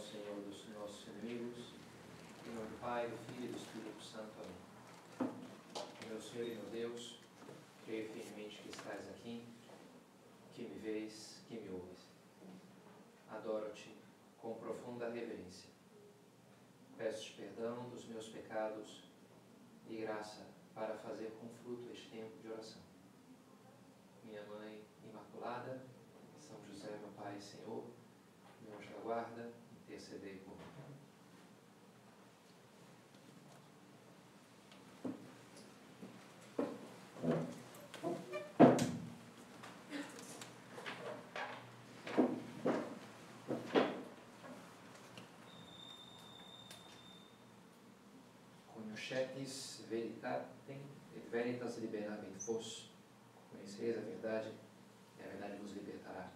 Senhor dos nossos inimigos. Em nome do Pai, do Filho e do Espírito Santo. Amém. Meu Senhor e meu Deus, creio firmemente que estás aqui, que me vês, que me ouves. Adoro-te com profunda reverência. Peço-te perdão dos meus pecados e graça para fazer com fruto este tempo de oração. Minha Mãe Imaculada, São José, meu Pai e Senhor, meu anjo da guarda, intercedei por mim. Conhecetis veritatem et veritas liberabit vos. Conheceis a verdade e a verdade vos libertará.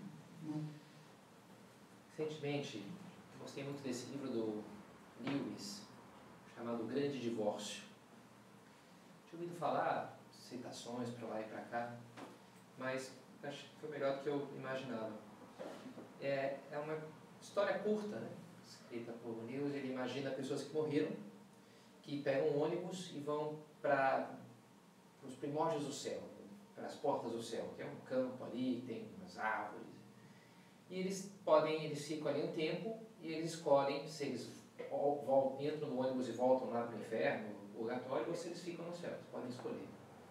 Recentemente, gostei muito desse livro do Lewis, chamado O Grande Divórcio. Tinha ouvido falar, citações para lá e para cá, mas acho que foi melhor do que eu imaginava. É uma história curta, né? Escrita por Lewis. Ele imagina pessoas que morreram, que pegam um ônibus e vão para os primórdios do céu, para as portas do céu, que é um campo ali, tem umas árvores. E eles ficam ali um tempo e eles escolhem se eles entram no ônibus e voltam lá para o inferno, o purgatório, ou se eles ficam no céu. Eles podem escolher.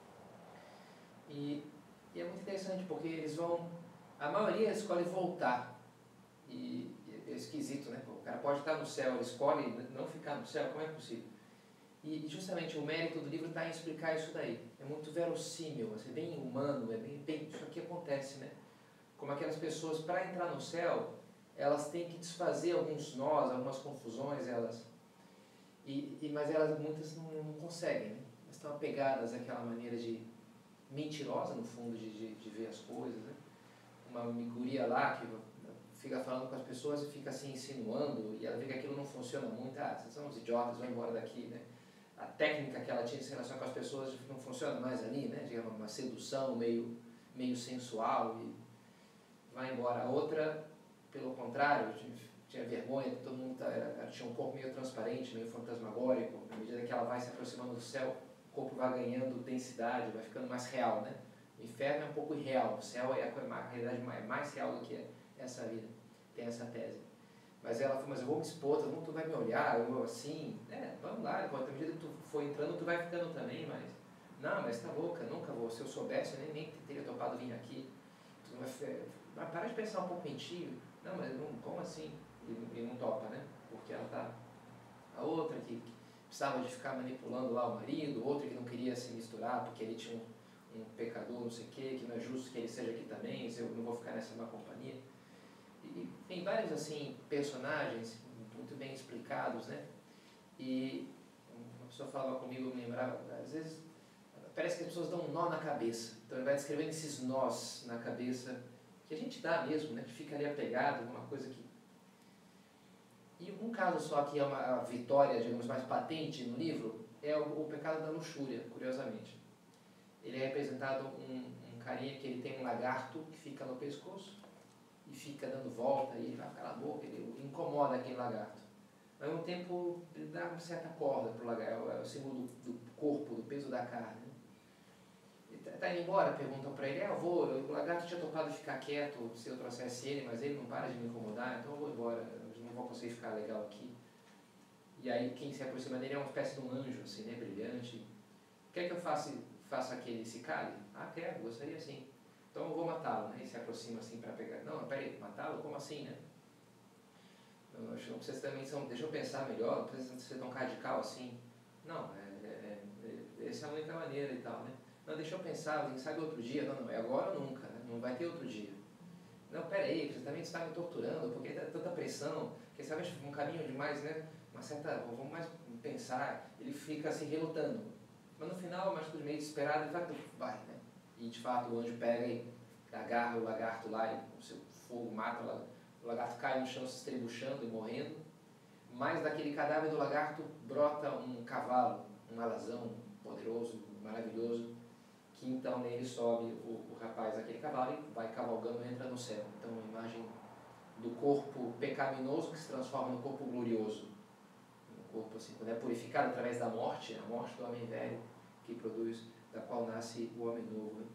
E é muito interessante porque eles vão... A maioria escolhe voltar. E é esquisito, né? O cara pode estar no céu, ele escolhe não ficar no céu, como é possível? E justamente o mérito do livro está em explicar isso daí. É muito verossímil, assim, bem humano, bem isso aqui acontece, né? Como aquelas pessoas, para entrar no céu, elas têm que desfazer alguns nós, algumas confusões, mas elas muitas não conseguem, né? Elas estão apegadas àquela maneira de mentirosa, no fundo, de ver as coisas, né? Uma guria lá que fica falando com as pessoas e fica assim insinuando, e ela vê que aquilo não funciona muito. Vocês são uns idiotas, vão embora daqui, né? A técnica que ela tinha de se relacionar com as pessoas não funciona mais ali, né? Digamos, uma sedução meio sensual, e vai embora. A outra, pelo contrário, tinha vergonha, todo mundo tinha um corpo meio transparente, meio fantasmagórico. À medida que ela vai se aproximando do céu, o corpo vai ganhando densidade, vai ficando mais real, né? O inferno é um pouco irreal, o céu é a realidade mais real do que essa vida. Tem essa tese. Mas ela falou, mas eu vou me expor, todo mundo vai me olhar, eu assim, vamos lá, à medida que tu for entrando, tu vai ficando também, mas... Não, mas tá louca, nunca vou. Se eu soubesse, eu nem teria topado vir aqui. Tu vai parar de pensar um pouco em ti. Não, mas não, como assim? E não topa, né? Porque ela tá... A outra que precisava de ficar manipulando lá o marido, outra que não queria se misturar porque ele tinha um pecador, não sei o quê, que não é justo que ele seja aqui também, eu não vou ficar nessa má companhia. E tem vários, assim, personagens muito bem explicados, né? E uma pessoa falava comigo, eu me lembrava, às vezes parece que as pessoas dão um nó na cabeça. Então ele vai descrevendo esses nós na cabeça, que a gente dá mesmo, né? Que fica ali apegado, uma coisa que... E um caso só que é uma vitória, digamos, mais patente no livro, é o pecado da luxúria, curiosamente. Ele é representado um carinha que ele tem um lagarto que fica no pescoço e fica dando volta, e ele vai calar a boca, ele incomoda aquele lagarto. Ao mesmo tempo, ele dá uma certa corda para o lagarto, é o símbolo do corpo, do peso da carne. Ele está indo embora, perguntam para ele, o lagarto tinha topado ficar quieto se eu trouxesse ele, mas ele não para de me incomodar, então eu vou embora, eu não vou conseguir ficar legal aqui. E aí quem se aproxima dele é uma espécie de um anjo, assim, né, brilhante. Quer que eu faça aquele se cale? Quero, gostaria sim. Então eu vou matá-lo, né? E se aproxima assim para pegar. Não, peraí, matá-lo? Como assim, né? Eu acho que não precisa também, deixa eu pensar melhor, não precisa ser tão radical assim. Não, essa é a única maneira e tal, né? Não, deixa eu pensar, quem sabe outro dia. Não, é agora ou nunca, né? Não vai ter outro dia. Não, peraí, você também está me torturando, porque tem tanta pressão, quem sabe um caminho demais, né? Vamos mais pensar. Ele fica assim relutando. Mas no final, mais tudo meio desesperado, ele vai, né? E de fato o anjo pega e agarra o lagarto lá, e o seu fogo mata o lagarto, cai no chão se estrebuchando e morrendo. Mas daquele cadáver do lagarto brota um cavalo, um alazão poderoso, maravilhoso, que então nele sobe o rapaz daquele cavalo e vai cavalgando e entra no céu. Então uma imagem do corpo pecaminoso que se transforma no corpo glorioso. No corpo, assim, quando é purificado através da morte, a morte do homem velho, que produz, da qual nasce o homem novo. Né?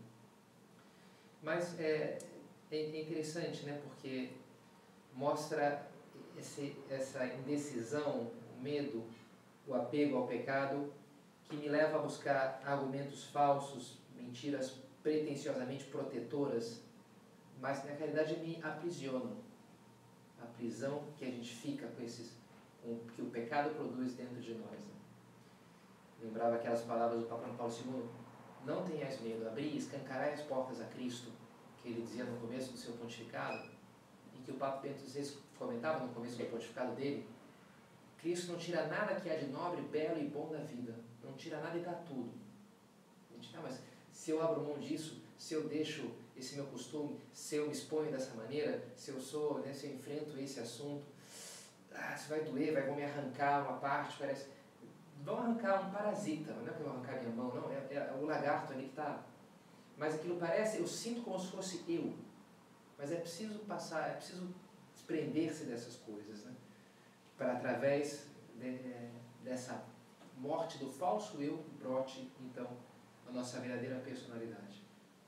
Mas é interessante, né? Porque mostra essa indecisão, o medo, o apego ao pecado, que me leva a buscar argumentos falsos, mentiras pretensiosamente protetoras, mas na realidade me aprisionam. A prisão que a gente fica que o pecado produz dentro de nós. Né? Lembrava aquelas palavras do Papa Paulo II: não tenhais medo, abri e escancarai as portas a Cristo, que ele dizia no começo do seu pontificado, e que o Papa Bento XVI comentava no começo do pontificado dele. Cristo não tira nada que há de nobre, belo e bom da vida, não tira nada e dá tudo. A gente, mas se eu abro mão disso, se eu deixo esse meu costume, se eu me exponho dessa maneira, se eu sou, né, se eu enfrento esse assunto, se vai doer, vão me arrancar uma parte, parece. Vão arrancar um parasita, não é que eu vou arrancar minha mão, não, é o lagarto ali que está. Mas aquilo parece, eu sinto como se fosse eu. Mas é preciso passar, é preciso desprender-se dessas coisas, né? Para através dessa morte do falso eu, brote, então, a nossa verdadeira personalidade.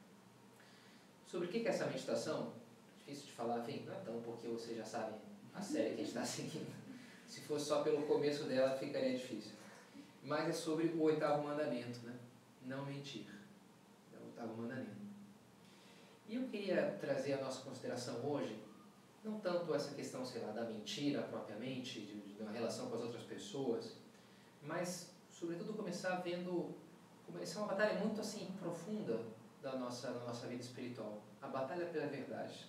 Sobre o que é essa meditação? Difícil de falar, enfim, não é tão, porque vocês já sabem a série que a gente está seguindo. Se fosse só pelo começo dela, ficaria difícil. Mas é sobre o 8º mandamento, né? Não mentir. É o 8º mandamento. E eu queria trazer a nossa consideração hoje, não tanto essa questão, sei lá, da mentira propriamente, de uma relação com as outras pessoas, mas, sobretudo, começar vendo como essa é uma batalha muito, assim, profunda da nossa vida espiritual. A batalha pela verdade.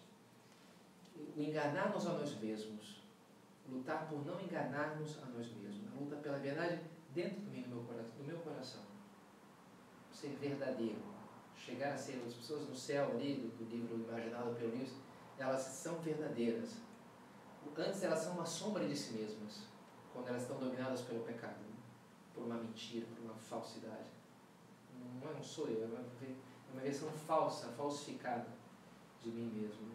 O enganar-nos a nós mesmos. Lutar por não enganar-nos a nós mesmos. A luta pela verdade dentro de mim, do meu coração. Ser verdadeiro. Chegar a ser as pessoas no céu ali, do livro imaginado pelo Lewis, elas são verdadeiras. Antes elas são uma sombra de si mesmas, quando elas estão dominadas pelo pecado, né? Por uma mentira, por uma falsidade. Não sou eu, é uma versão falsa, falsificada de mim mesmo.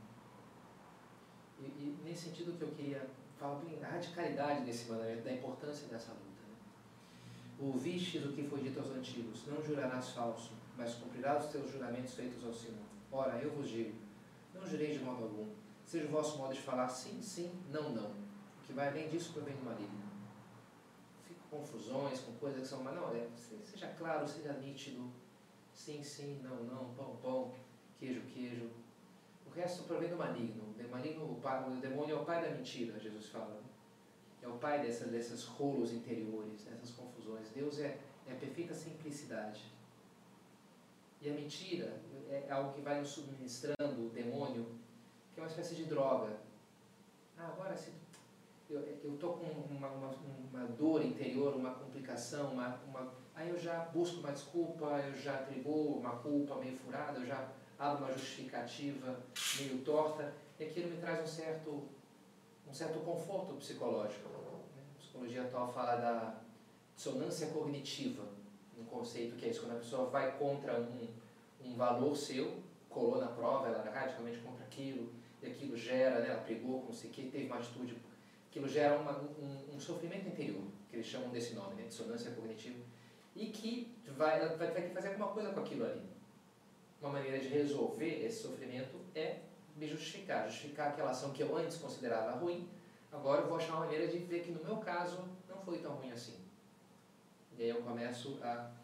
E nesse sentido que eu queria falar a radicalidade desse mandamento, da importância dessa luta. Né? Ouvistes o que foi dito aos antigos: não jurarás falso, mas cumprirás os teus juramentos feitos ao Senhor. Ora, eu vos digo, não jureis de modo algum, seja o vosso modo de falar sim, sim, não, não. O que vai além disso provém do maligno. Fico com confusões, com coisas que são, mas não, seja claro, seja nítido, sim, sim, não, não, pão, pão, queijo, queijo. O resto provém do maligno. O demônio é o pai da mentira, Jesus fala. É o pai desses rolos interiores, dessas confusões. Deus é a perfeita simplicidade. E a mentira é algo que vai nos subministrando, o demônio, que é uma espécie de droga. Agora, se eu estou com uma dor interior, uma complicação, aí eu já busco uma desculpa, eu já atribuo uma culpa meio furada, eu já abro uma justificativa meio torta, e aquilo me traz um certo conforto psicológico. Né? A psicologia atual fala da dissonância cognitiva, um conceito que é isso, quando a pessoa vai contra um valor seu, colou na prova, ela era radicalmente contra aquilo, e aquilo gera, né, ela brigou com não sei o que, teve uma atitude, aquilo gera um sofrimento interior, que eles chamam desse nome, né, dissonância cognitiva, e que ela vai ter que fazer alguma coisa com aquilo ali. Uma maneira de resolver esse sofrimento é me justificar aquela ação que eu antes considerava ruim, agora eu vou achar uma maneira de ver que no meu caso não foi tão ruim assim. E aí eu começo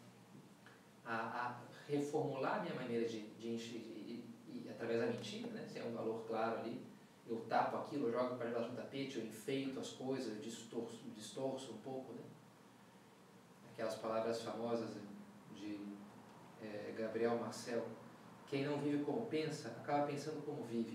a reformular a minha maneira de através da mentira, né? Se é um valor claro ali, eu tapo aquilo, eu jogo para debaixo do tapete, eu enfeito as coisas, eu distorço um pouco, né? Aquelas palavras famosas de Gabriel Marcel: quem não vive como pensa, acaba pensando como vive.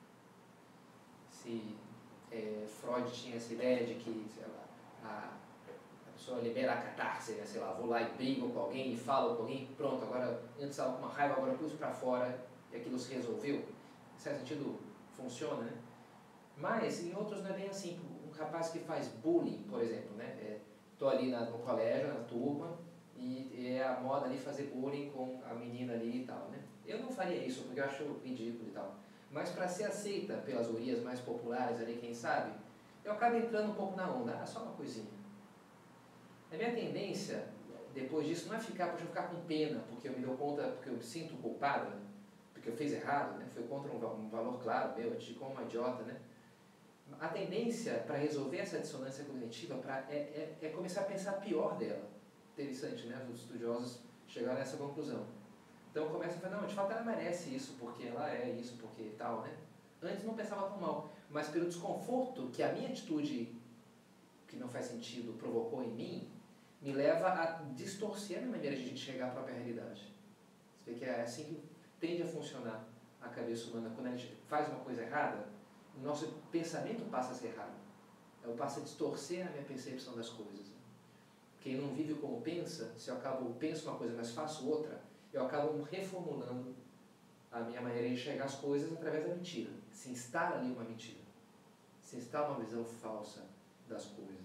Se Freud tinha essa ideia de que, sei lá, a pessoa libera a catarse, né? Sei lá, vou lá e brigo com alguém, e falo com alguém, pronto, agora antes estava com uma raiva, agora pus para fora e aquilo se resolveu. Em certo sentido, funciona, né? Mas em outros não é bem assim. Um rapaz que faz bullying, por exemplo, né? Estou ali no colégio, na turma, e é a moda ali fazer bullying com a menina ali e tal, né? Eu não faria isso, porque eu acho ridículo e tal. mas para ser aceita pelas urias mais populares ali, quem sabe, eu acabo entrando um pouco na onda, só uma coisinha. A minha tendência, depois disso, não é ficar, poxa, eu ficar com pena, porque eu me dou conta, porque eu me sinto culpada, porque eu fiz errado, né? Foi contra um valor claro meu, eu agi como uma idiota, né? A tendência para resolver essa dissonância cognitiva é começar a pensar pior dela. Interessante, né? Os estudiosos chegaram nessa conclusão. Então começa a falar, não, de fato ela merece isso, porque ela é isso, porque tal, né? Antes não pensava tão mal, mas pelo desconforto que a minha atitude, que não faz sentido, provocou em mim, me leva a distorcer a minha maneira de enxergar a própria realidade. Você vê que é assim que tende a funcionar a cabeça humana. Quando a gente faz uma coisa errada, o nosso pensamento passa a ser errado. Eu passo a distorcer a minha percepção das coisas. Quem não vive como pensa, se eu penso uma coisa, mas faço outra, eu acabo reformulando a minha maneira de enxergar as coisas através da mentira. Se instala ali uma mentira. Se instala uma visão falsa das coisas.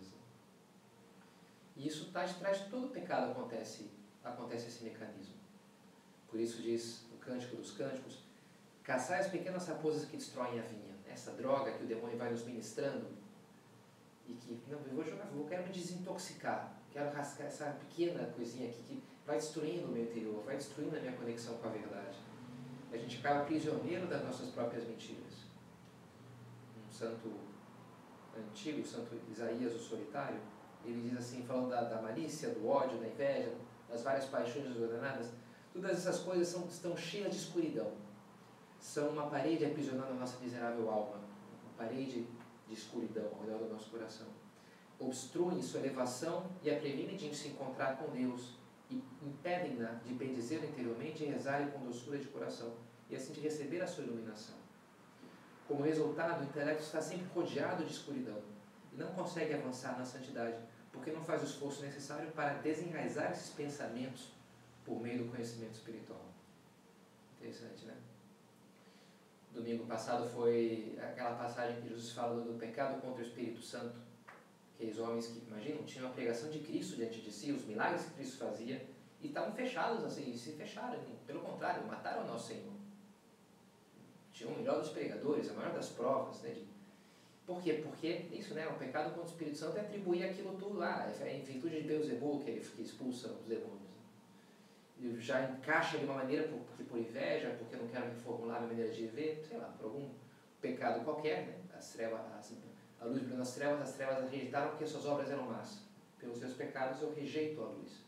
E isso está de trás de todo pecado acontece esse mecanismo. Por isso diz o Cântico dos Cânticos, caçai as pequenas raposas que destroem a vinha. Essa droga que o demônio vai nos ministrando e que, não, eu quero me desintoxicar, quero rascar essa pequena coisinha aqui que vai destruindo o meu interior, vai destruindo a minha conexão com a verdade. A gente acaba prisioneiro das nossas próprias mentiras. Um santo antigo, o santo Isaías, o solitário, ele diz assim, falando da malícia, do ódio, da inveja, das várias paixões desordenadas, todas essas coisas estão cheias de escuridão. São uma parede aprisionando a nossa miserável alma, uma parede de escuridão ao redor do nosso coração. Obstruem sua elevação e a previnem de se encontrar com Deus e impedem-na de bendizê-lo interiormente e rezar-lhe com doçura de coração e assim de receber a sua iluminação. Como resultado, o intelecto está sempre rodeado de escuridão e não consegue avançar na santidade, porque não faz o esforço necessário para desenraizar esses pensamentos por meio do conhecimento espiritual. Interessante, né? Domingo passado foi aquela passagem que Jesus fala do pecado contra o Espírito Santo. Aqueles homens que, imaginam, tinham a pregação de Cristo diante de si, os milagres que Cristo fazia, e estavam fechados assim, e se fecharam. Pelo contrário, mataram o nosso Senhor. Tinham o melhor dos pregadores, a maior das provas, né? Por quê? Porque isso, né? O pecado contra o Espírito Santo é atribuir aquilo tudo lá, é em virtude de Beelzebul que ele expulsa os demônios. E já encaixa de uma maneira por inveja, porque eu não quero reformular a minha maneira de viver, sei lá, por algum pecado qualquer, né? A luz brilhou nas trevas, as trevas a rejeitaram porque suas obras eram más. Pelos seus pecados eu rejeito a luz.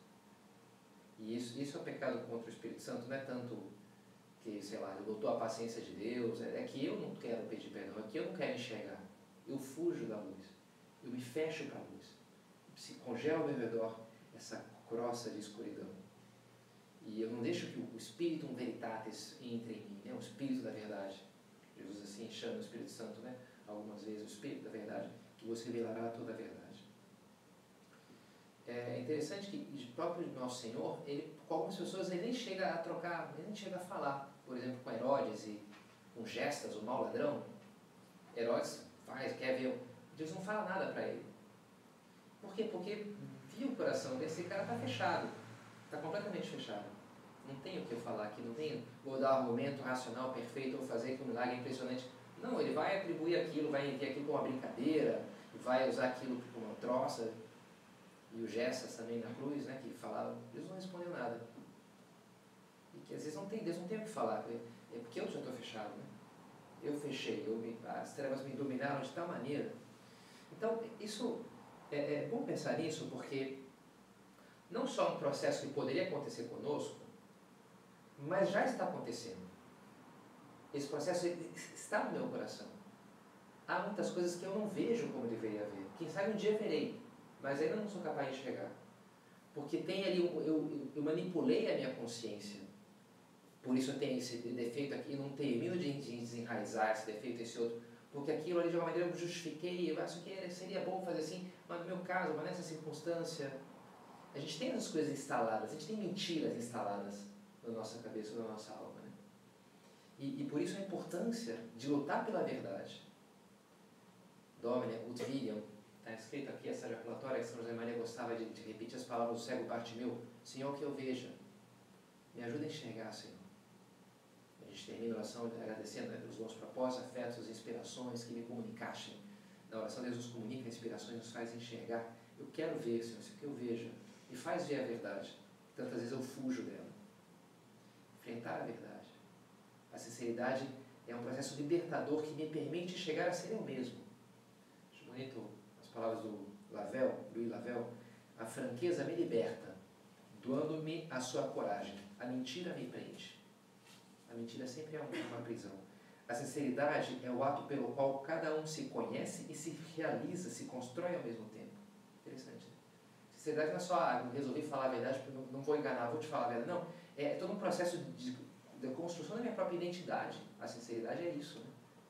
E isso é o pecado contra o Espírito Santo, não é tanto que, sei lá, ele lutou a paciência de Deus, é que eu não quero pedir perdão, é que eu não quero enxergar. Eu fujo da luz, eu me fecho para a luz. Se congela ao meu redor essa crosta de escuridão. E eu não deixo que o Espírito Veritatis entre em mim, né? O Espírito da verdade. Jesus assim chama o Espírito Santo, né? Algumas vezes o Espírito da verdade, que você revelará toda a verdade. É interessante que o próprio Nosso Senhor, com algumas pessoas, ele nem chega a trocar, ele nem chega a falar. Por exemplo, com Herodes e com Gestas, o mau ladrão. Herodes quer ver. Deus não fala nada para ele. Por quê? Porque viu o coração desse cara está fechado. Está completamente fechado. Não tenho o que eu falar aqui, não tenho, vou dar um argumento racional perfeito, vou fazer aqui um milagre impressionante. Não, ele vai atribuir aquilo, vai enviar aquilo como uma brincadeira, vai usar aquilo como uma troça. E o Gessas também na cruz, né, que falava, Deus não respondeu nada. E que às vezes Deus não tem o que falar, é porque eu já estou fechado, né? Eu fechei, as trevas me dominaram de tal maneira. Então, isso é bom pensar nisso, porque não só um processo que poderia acontecer conosco, mas já está acontecendo. Esse processo está no meu coração. Há muitas coisas que eu não vejo como deveria ver. Quem sabe um dia verei, mas ainda não sou capaz de enxergar. Porque tem ali, eu manipulei a minha consciência. Por isso eu tenho esse defeito aqui, não termino de desenraizar esse defeito, esse outro. Porque aquilo ali de alguma maneira eu justifiquei, eu acho que seria bom fazer assim, mas no meu caso, mas nessa circunstância, a gente tem essas coisas instaladas, a gente tem mentiras instaladas na nossa cabeça, na nossa alma. Né? E por isso a importância de lutar pela verdade. Domine ut videam, está escrito aqui essa ejaculatória que São José Maria gostava de repetir as palavras do cego Bartimeu. Senhor, que eu veja, me ajuda a enxergar, Senhor. A gente gente termina a oração agradecendo, né, pelos bons propósitos, afetos, inspirações que me comunicassem. Na oração, Deus nos comunica inspirações, nos faz enxergar. Eu quero ver, Senhor, isso que eu veja. Me faz ver a verdade. Tantas vezes eu fujo dela. Enfrentar a verdade. A sinceridade é um processo libertador que me permite chegar a ser eu mesmo. Acho bonito as palavras do Louis Lavelle. A franqueza me liberta, doando-me a sua coragem. A mentira me prende. A mentira sempre é uma prisão. A sinceridade é o ato pelo qual cada um se conhece e se realiza, se constrói ao mesmo tempo. Interessante, né? Sinceridade não é só resolver falar a verdade, porque não vou enganar, vou te falar a verdade. Não, é todo um processo de construção da minha própria identidade. A sinceridade é isso, né?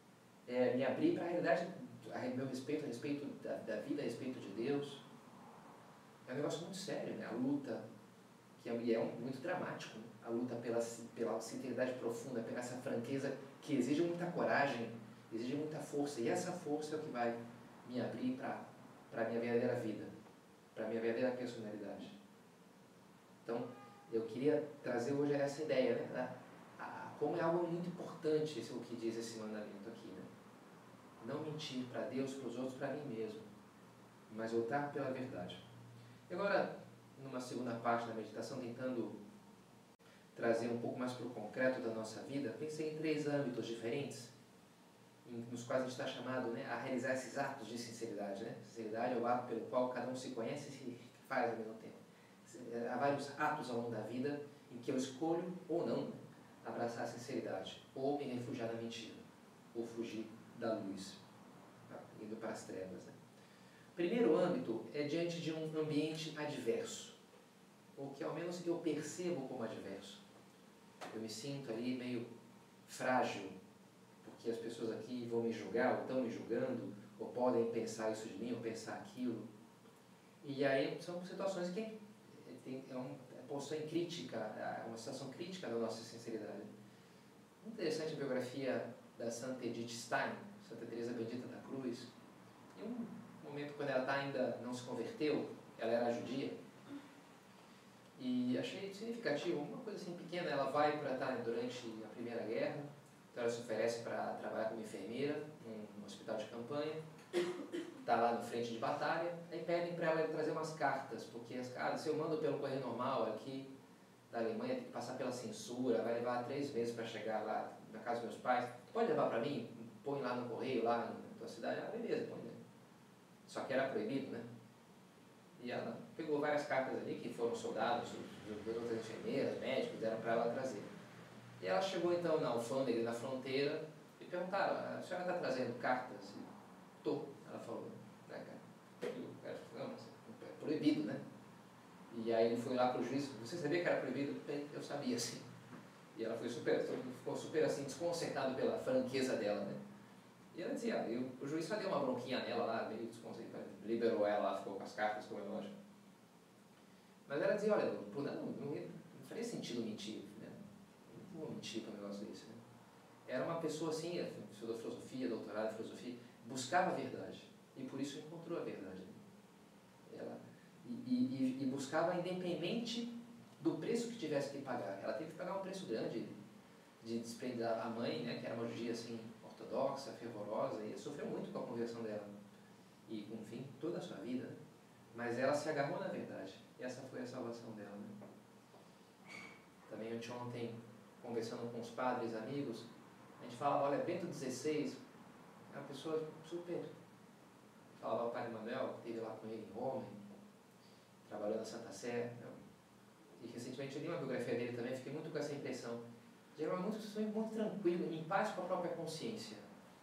É me abrir para a realidade, a meu respeito, a respeito da vida, a respeito de Deus. É um negócio muito sério, né? A luta, que é muito dramático, né? A luta pela sinceridade profunda, pela essa franqueza que exige muita coragem, exige muita força. E essa força é o que vai me abrir para a minha verdadeira vida, para a minha verdadeira personalidade. Então, eu queria trazer hoje essa ideia, né? Como é algo muito importante, isso é o que diz esse mandamento aqui, né? Não mentir para Deus, para os outros, para mim mesmo, mas lutar pela verdade. E agora, numa segunda parte da meditação, tentando trazer um pouco mais para o concreto da nossa vida, pensei em 3 âmbitos diferentes, nos quais a gente está chamado, né, a realizar esses atos de sinceridade, né? Sinceridade é o ato pelo qual cada um se conhece e se faz ao mesmo tempo. Há vários atos ao longo da vida em que eu escolho ou não abraçar a sinceridade, ou me refugiar na mentira, ou fugir da luz, indo para as trevas, né? O primeiro âmbito é diante de um ambiente adverso, ou que ao menos eu percebo como adverso. Eu me sinto ali meio frágil, porque as pessoas aqui vão me julgar, ou estão me julgando, ou podem pensar isso de mim, ou pensar aquilo. E aí são situações que possuem crítica, uma situação crítica da nossa sinceridade. Interessante a biografia da Santa Edith Stein, Santa Teresa Bendita da Cruz. Em um momento, quando ela ainda não se converteu, ela era judia, e achei significativo, uma coisa assim pequena. Ela vai para estar durante a Primeira Guerra, então ela se oferece para trabalhar como enfermeira num hospital de campanha, está lá no frente de batalha, aí pedem para ela trazer umas cartas, porque as cartas, se eu mando pelo correio normal aqui da Alemanha, tem que passar pela censura, vai levar 3 meses para chegar lá na casa dos meus pais, pode levar para mim, põe lá no correio, lá na tua cidade. Ah, beleza, põe, né? Só que era proibido, né? E ela pegou várias cartas ali, que foram soldados, outras enfermeiras, médicos, deram para ela trazer. E ela chegou então na alfândega, na fronteira, e perguntaram: a senhora está trazendo cartas? Tô, ela falou, né, cara? E o cara falou: não, é proibido, né? E aí ele foi lá para o juiz: você sabia que era proibido? Eu sabia, sim. E ela ficou super assim, desconcertado pela franqueza dela, né? E ela dizia, o juiz só deu uma bronquinha nela lá, meio desconcertado, liberou ela, ficou com as cartas, como é lógico. Mas ela dizia: olha, não faria sentido mentir, né? Não vou mentir para um negócio desse, né? Era uma pessoa assim, estudou filosofia, doutorado em filosofia, buscava a verdade, e por isso encontrou a verdade, né? E buscava independente do preço que tivesse que pagar. Ela teve que pagar um preço grande de desprender a mãe, né, que era uma judia assim, ortodoxa, fervorosa, e sofreu muito com a conversão dela. E, enfim, toda a sua vida, né? Mas ela se agarrou na verdade. E essa foi a salvação dela, né? Também ontem, conversando com os padres, amigos, a gente falava: olha, Bento XVI é uma pessoa super... Falava ao Padre Manuel, que esteve lá com ele em Roma, trabalhou na Santa Sé. E recentemente eu li uma biografia dele também, fiquei muito com essa impressão. Ele era muito tranquilo, em paz com a própria consciência.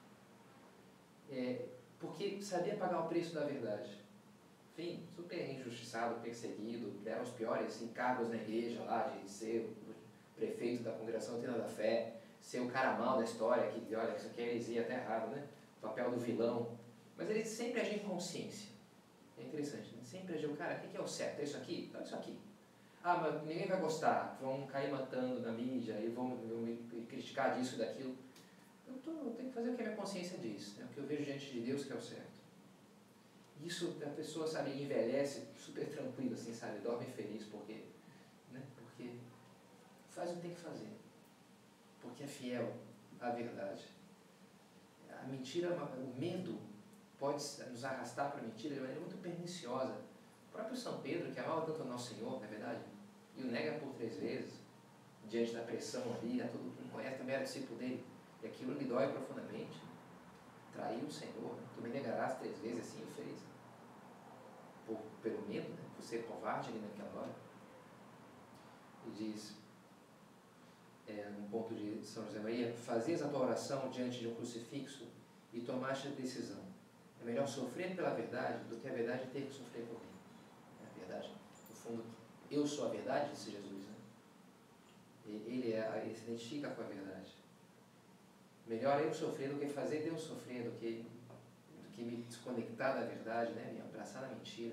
Porque sabia pagar o preço da verdade. Enfim, super injustiçado, perseguido, deram os piores encargos na igreja lá, de ser o prefeito da congregação Doutrina da Fé, ser o cara mal da história, que olha, isso aqui é heresia, até errado, né? O papel do vilão. Mas ele sempre agiu em consciência. É interessante, né? Sempre agiu: cara, o que é o certo? É isso aqui? Então é isso aqui. Ah, mas ninguém vai gostar, vão cair matando na mídia, e vão me criticar disso e daquilo. Eu tenho que fazer o que a minha consciência diz, né? O que eu vejo diante de Deus que é o certo. Isso a pessoa, sabe, envelhece super tranquila, assim, sabe, dorme feliz, porque faz o que tem que fazer. porque é fiel à verdade. A mentira, o medo pode nos arrastar para a mentira de maneira muito perniciosa. O próprio São Pedro, que amava tanto o Nosso Senhor, não é verdade? E o nega por 3 vezes, diante da pressão ali, todo mundo conhece, também era discípulo dele, e aquilo lhe dói profundamente. Traiu o Senhor, tu me negarás 3 vezes, assim o fez. Pelo medo, né? Por ser covarde ali naquela hora. E diz, no ponto de São José Maria, fazias a tua oração diante de um crucifixo e tomaste a decisão. É melhor sofrer pela verdade do que a verdade ter que sofrer por mim. É a verdade. No fundo, eu sou a verdade, disse Jesus. Né? Ele se identifica com a verdade. Melhor eu sofrer do que fazer Deus sofrer, do que me desconectar da verdade, né? Me abraçar na mentira.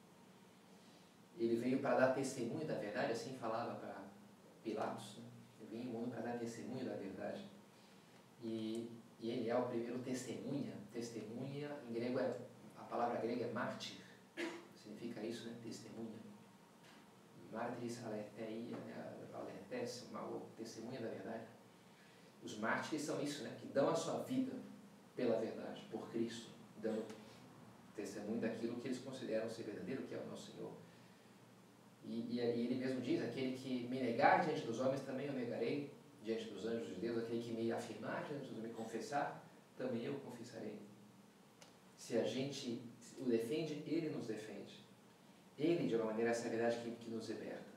Ele veio para dar testemunho da verdade, assim falava para Pilatos. Né? Eu vim ao mundo para dar testemunho da verdade. E ele é o primeiro testemunha. Testemunha, em grego, a palavra grega é mártir. Significa isso, né? Testemunha. Mártires alerteia, alertes, o testemunha da verdade. Os mártires são isso, né? Que dão a sua vida pela verdade, por Cristo, dando testemunho daquilo que eles consideram ser verdadeiro, que é o nosso Senhor. E ele mesmo diz, aquele que me negar diante dos homens, também eu negarei diante dos anjos de Deus, aquele que me afirmar diante dos homens, me confessar, também eu confessarei. Se a gente o defende, ele nos defende. Ele, de alguma maneira, é essa verdade que nos liberta.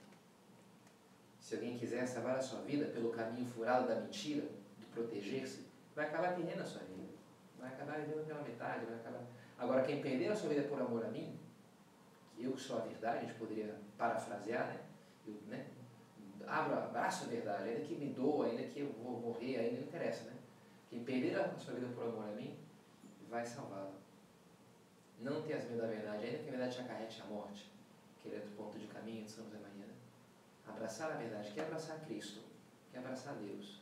Se alguém quiser salvar a sua vida pelo caminho furado da mentira, de proteger-se, vai acabar perdendo a sua vida. Vai acabar vivendo pela metade, vai acabar... Agora, quem perder a sua vida por amor a mim, eu que sou a verdade, a gente poderia parafrasear, né? Eu, né? Abraço a verdade, ainda que me doa, ainda que eu vou morrer, ainda não interessa, né? Quem perder a sua vida por amor a mim, vai salvá-la. Não tenhas medo da verdade, ainda que a verdade te acarrete a morte, que ele é do ponto de caminho de São José Maria, né? Abraçar a verdade, quer abraçar Cristo, quer abraçar Deus.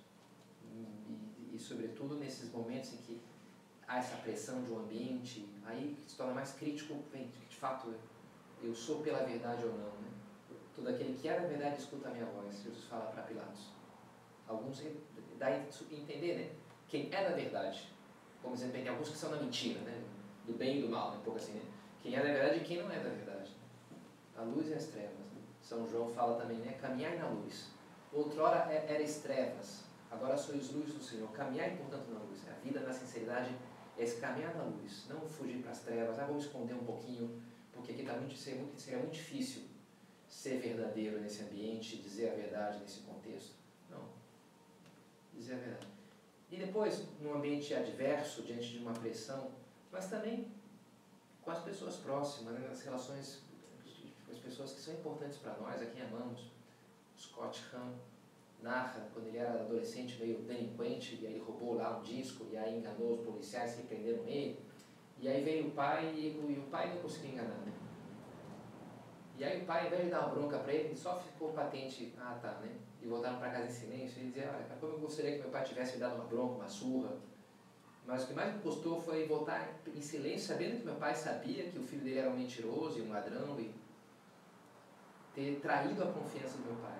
E sobretudo nesses momentos em que há essa pressão de um ambiente, aí se torna mais crítico, de fato, eu sou pela verdade ou não, né? Todo aquele que é da verdade escuta a minha voz, Jesus fala para Pilatos. Alguns dá a entender, né? Quem é da verdade, como exemplo, tem alguns que são da mentira, né? Do bem e do mal, né? Um pouco assim, né? Quem é da verdade e quem não é da verdade. A luz e as trevas. Né? São João fala também, né? Caminhai na luz. Outrora erais trevas, agora sois luz do Senhor. Caminhai, portanto, na luz. A vida na sinceridade é esse caminhar na luz, não fugir para as trevas. Vamos esconder um pouquinho, porque aqui seria muito difícil ser verdadeiro nesse ambiente, dizer a verdade nesse contexto. Não. Dizer a verdade. E depois, num ambiente adverso, diante de uma pressão, mas também com as pessoas próximas, né, nas relações com as pessoas que são importantes para nós, a quem amamos. Scott Hahn narra, quando ele era adolescente, meio delinquente, e aí ele roubou lá um disco, e aí enganou os policiais que prenderam ele, e aí veio o pai, e o pai não conseguiu enganar, né? E aí o pai, ao invés de dar uma bronca para ele, só ficou patente, né? E voltaram para casa em silêncio, e ele dizia, olha, como eu gostaria que meu pai tivesse me dado uma bronca, uma surra, mas o que mais me custou foi voltar em silêncio, sabendo que meu pai sabia que o filho dele era um mentiroso e um ladrão, e ter traído a confiança do meu pai.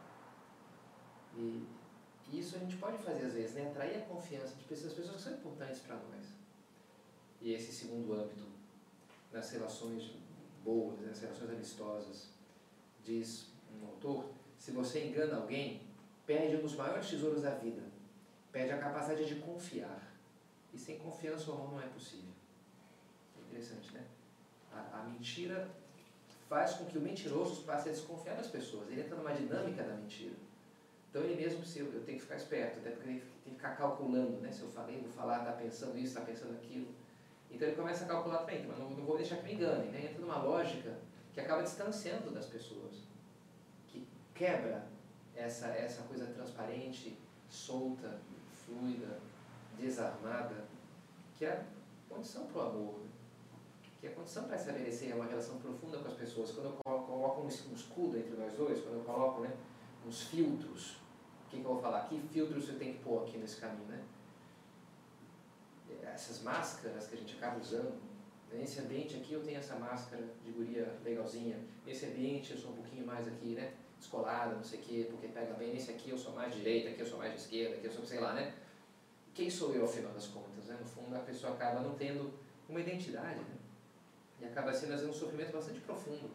E isso a gente pode fazer às vezes, né? Atrair a confiança de pessoas que são importantes para nós. E esse segundo âmbito, nas relações boas, nas relações amistosas, diz um autor, se você engana alguém, perde um dos maiores tesouros da vida, perde a capacidade de confiar. E sem confiança o amor não é possível. É interessante, né? A mentira faz com que o mentiroso passe a desconfiar das pessoas. Ele entra numa dinâmica da mentira. Então ele mesmo, eu tenho que ficar esperto, até porque ele tem que ficar calculando, né? Se eu falei, vou falar, está pensando isso, está pensando aquilo. Então ele começa a calcular também, mas não vou deixar que me enganem, né? Entra numa lógica que acaba distanciando das pessoas, que quebra essa coisa transparente, solta, fluida, desarmada, que é a condição para o amor, né? Que é a condição para estabelecer uma relação profunda com as pessoas. Quando eu coloco um escudo entre nós dois, quando eu coloco, né, uns filtros, o que eu vou falar? Que filtros eu tenho que pôr aqui nesse caminho, né? Essas máscaras que a gente acaba usando, nesse ambiente aqui eu tenho essa máscara de guria legalzinha, nesse ambiente eu sou um pouquinho mais aqui, né? descolada, não sei o quê, porque pega bem nesse aqui eu sou mais de direita, aqui eu sou mais de esquerda, aqui eu sou, sei lá, né? Quem sou eu, ao final das contas, né? No fundo, a pessoa acaba não tendo uma identidade, né? E acaba sendo, às vezes, um sofrimento bastante profundo.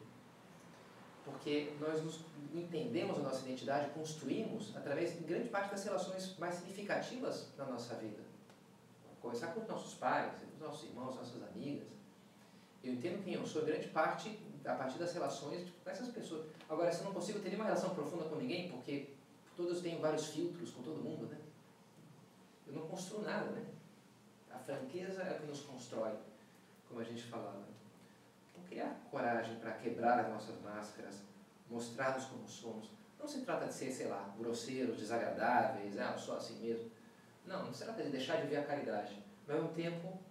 Porque nós nos entendemos a nossa identidade, construímos através, em grande parte, das relações mais significativas na nossa vida. Começar com os nossos pais, os nossos irmãos, nossas amigas. Eu entendo quem eu sou, em grande parte, a partir das relações com essas pessoas. Agora, se eu não consigo ter nenhuma relação profunda com ninguém, porque todos têm vários filtros com todo mundo, né? Eu não construo nada, né? A franqueza é o que nos constrói, como a gente falava. Então, criar coragem para quebrar as nossas máscaras, mostrar-nos como somos. Não se trata de ser, sei lá, grosseiros, desagradáveis, eu sou assim mesmo. Não se trata de deixar de ver a caridade, mas ao mesmo tempo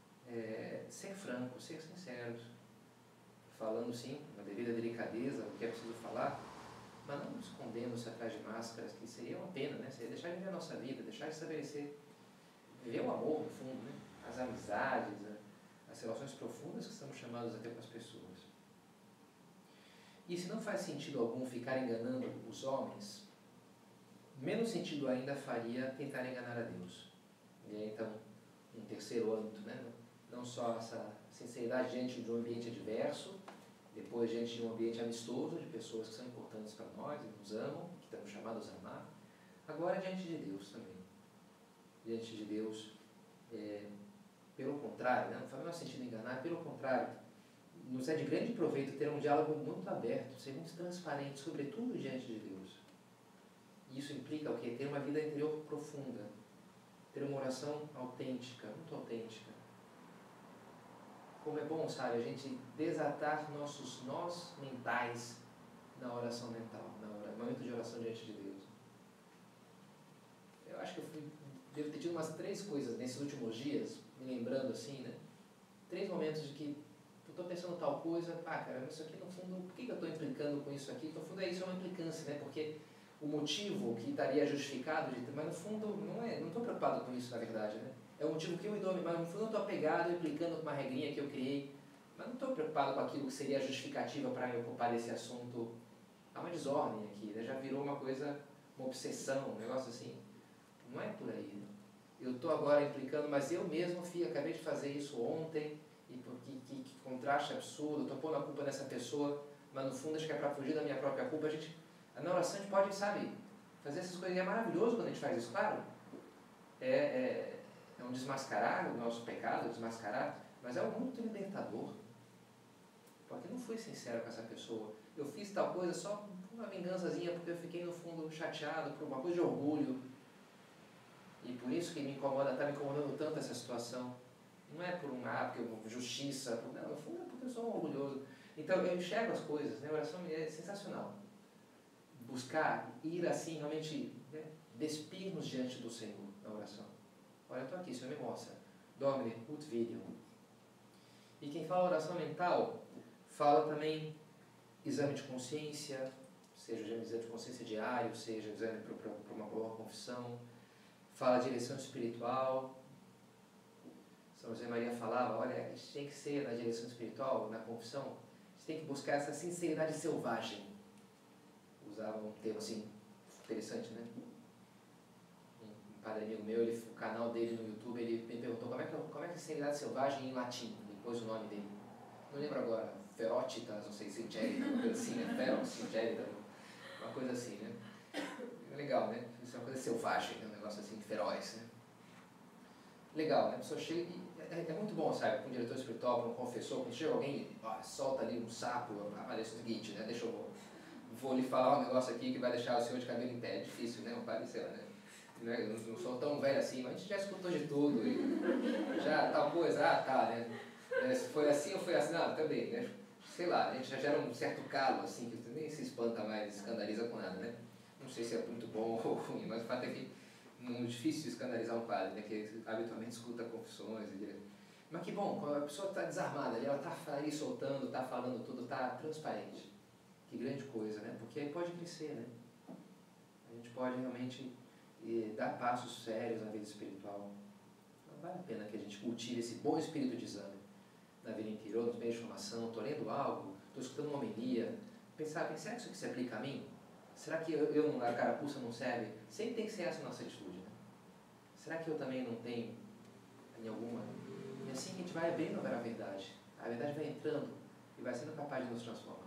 ser franco, ser sinceros, falando sim, com a devida delicadeza, o que é preciso falar, mas não escondendo-se atrás de máscaras, que seria uma pena, né? Seria deixar de viver a nossa vida, deixar de estabelecer, viver o amor, no fundo, né? As amizades, as relações profundas que estamos chamados a ter com as pessoas. E se não faz sentido algum ficar enganando os homens, menos sentido ainda faria tentar enganar a Deus. E aí, então, um terceiro âmbito, né? Não só essa sinceridade diante de um ambiente adverso, depois diante de um ambiente amistoso, de pessoas que são importantes para nós e nos amam, que estamos chamados a amar, agora diante de Deus também. Diante de Deus, pelo contrário, né? Não faz o menor sentido enganar, pelo contrário, nos é de grande proveito ter um diálogo muito aberto, ser muito transparente, sobretudo diante de Deus. E isso implica o quê? Ter uma vida interior profunda, ter uma oração autêntica, muito autêntica. Como é bom, sabe, a gente desatar nossos nós mentais na oração mental, no momento de oração diante de Deus. Eu acho que devo ter tido umas 3 coisas nesses últimos dias, me lembrando assim, né? 3 momentos de que eu estou pensando tal coisa, cara, isso aqui no fundo, por que eu estou implicando com isso aqui? No fundo isso é uma implicância, né? Porque o motivo que estaria justificado, mas no fundo não estou preocupado com isso na verdade, né? É o motivo que eu me dou, mas no fundo eu estou apegado, implicando com uma regrinha que eu criei, mas não estou preocupado com aquilo que seria a justificativa para me ocupar desse assunto. Há uma desordem aqui, né? Já virou uma coisa, uma obsessão, um negócio assim. Não é por aí, né? Eu estou agora implicando, mas eu mesmo acabei de fazer isso ontem, e que contraste absurdo, estou pondo a culpa nessa pessoa, mas no fundo acho que é para fugir da minha própria culpa. Na oração a gente pode, sabe, fazer essas coisas, e é maravilhoso quando a gente faz isso, claro. É um desmascarar o nosso pecado, desmascarar, mas é um muito libertador. Porque eu não fui sincero com essa pessoa. Eu fiz tal coisa só por uma vingançazinha, porque eu fiquei no fundo chateado por uma coisa de orgulho. E por isso que me incomoda, está me incomodando tanto essa situação. Não é por porque eu justiça, não, no fundo é porque eu sou um orgulhoso. Então eu enxergo as coisas, né? A oração é sensacional. Buscar, ir assim, realmente, né? Despir-nos diante do Senhor na oração. Olha, eu estou aqui, o Senhor me mostra. Domine ut videum. E quem fala oração mental, fala também exame de consciência, seja exame de consciência diário, seja exame para uma boa confissão. Fala direção espiritual. São José Maria falava, olha, a gente tem que ser na direção espiritual, na confissão, a gente tem que buscar essa sinceridade selvagem. Usava um termo assim, interessante, né? Um padre amigo meu, o canal dele no YouTube, ele me perguntou como é que é sinceridade selvagem em latim, depois o nome dele. Não lembro agora, Ferotitas, não sei se Gélida, uma coisa assim, né? Ferox, Gélida, uma coisa assim, né? Legal, né? Isso é uma coisa selvagem, né? Um negócio assim, feroz, né? Legal, né? A pessoa chega e é muito bom, sabe? Para um diretor espiritual, para um confessor, quando chega alguém e solta ali um sapo, aparece o seguinte, né? Vou lhe falar um negócio aqui que vai deixar o senhor de cabelo em pé. É difícil, né? Um padre, sei lá, né? Eu não sou tão velho assim, mas a gente já escutou de tudo. E já tal coisa, tá, né? Foi assim ou foi assim? Não, também, né? Sei lá, a gente já gera um certo calo, assim, que nem se espanta mais, escandaliza com nada, né? Não sei se é muito bom ou ruim, mas o fato é que é difícil escandalizar um padre, né? Que habitualmente escuta confissões. Mas que bom, quando a pessoa está desarmada ali, ela está ali soltando, está falando tudo, está transparente. Que grande coisa, né? Porque aí pode crescer, né? A gente pode realmente dar passos sérios na vida espiritual. Então, vale a pena que a gente cultive esse bom espírito de exame na vida interior, nos meios de formação. Estou lendo algo, estou escutando uma homilia, pensar, será que isso aqui se aplica a mim? Será que a carapuça não serve? Sempre tem que ser essa a nossa atitude, né? Será que eu também não tenho em alguma? E assim que a gente vai abrindo para a verdade vai entrando e vai sendo capaz de nos transformar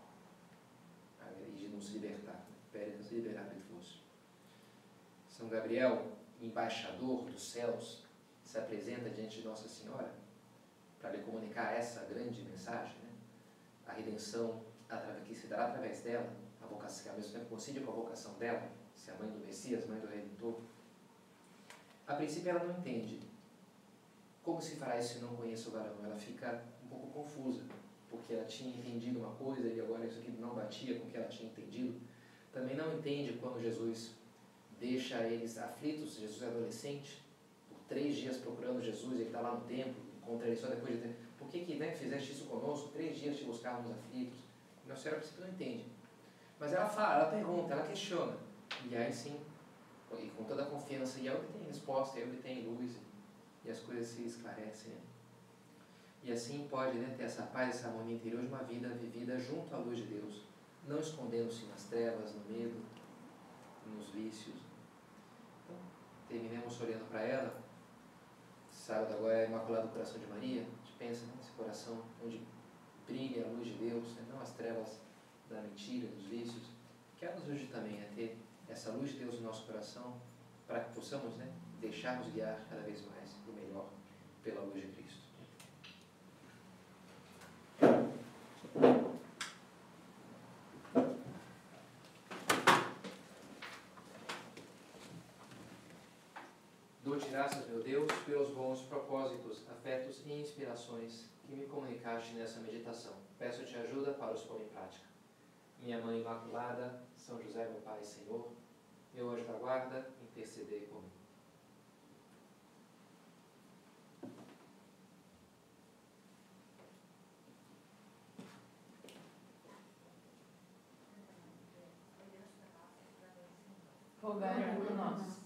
e de nos libertar. Pérez se liberar do fosse. São Gabriel, embaixador dos céus, se apresenta diante de Nossa Senhora para lhe comunicar essa grande mensagem, né? A redenção que se dará através dela, a vocação, que ao mesmo tempo coincide com a vocação dela, se a mãe do Messias, mãe do Redentor. A princípio ela não entende. Como se fará isso se não conhece o varão? Ela fica um pouco confusa, porque ela tinha entendido uma coisa e agora isso aqui não batia com o que ela tinha entendido. Também não entende quando Jesus deixa eles aflitos. Jesus é adolescente, por 3 dias procurando Jesus, ele está lá no templo, encontra ele só depois de tempo. Por que fizeste isso conosco? 3 dias te buscávamos aflitos. Nossa Senhora, a princípio, não entende. Mas ela fala, ela pergunta, ela questiona. E aí sim, e com toda a confiança, e ela obtém resposta, e obtém luz, e as coisas se esclarecem. Né? E assim pode, né, ter essa paz, essa harmonia interior de uma vida vivida junto à luz de Deus, não escondendo-se nas trevas, no medo, nos vícios. Então, terminemos olhando para ela. Sábado agora é Imaculado Coração de Maria. A gente pensa nesse coração onde brilha a luz de Deus, né? Não as trevas da mentira, dos vícios. Que ela nos ajude também a ter essa luz de Deus no nosso coração, para que possamos, né, deixar-nos guiar cada vez mais e melhor pela luz de Cristo. Dou-te graças, meu Deus, pelos bons propósitos, afetos e inspirações que me comunicaste nessa meditação. Peço-te ajuda para os pôr em prática. Minha Mãe Imaculada, São José, meu Pai e Senhor, meu anjo da guarda, intercedei por mim. Rogai por nós.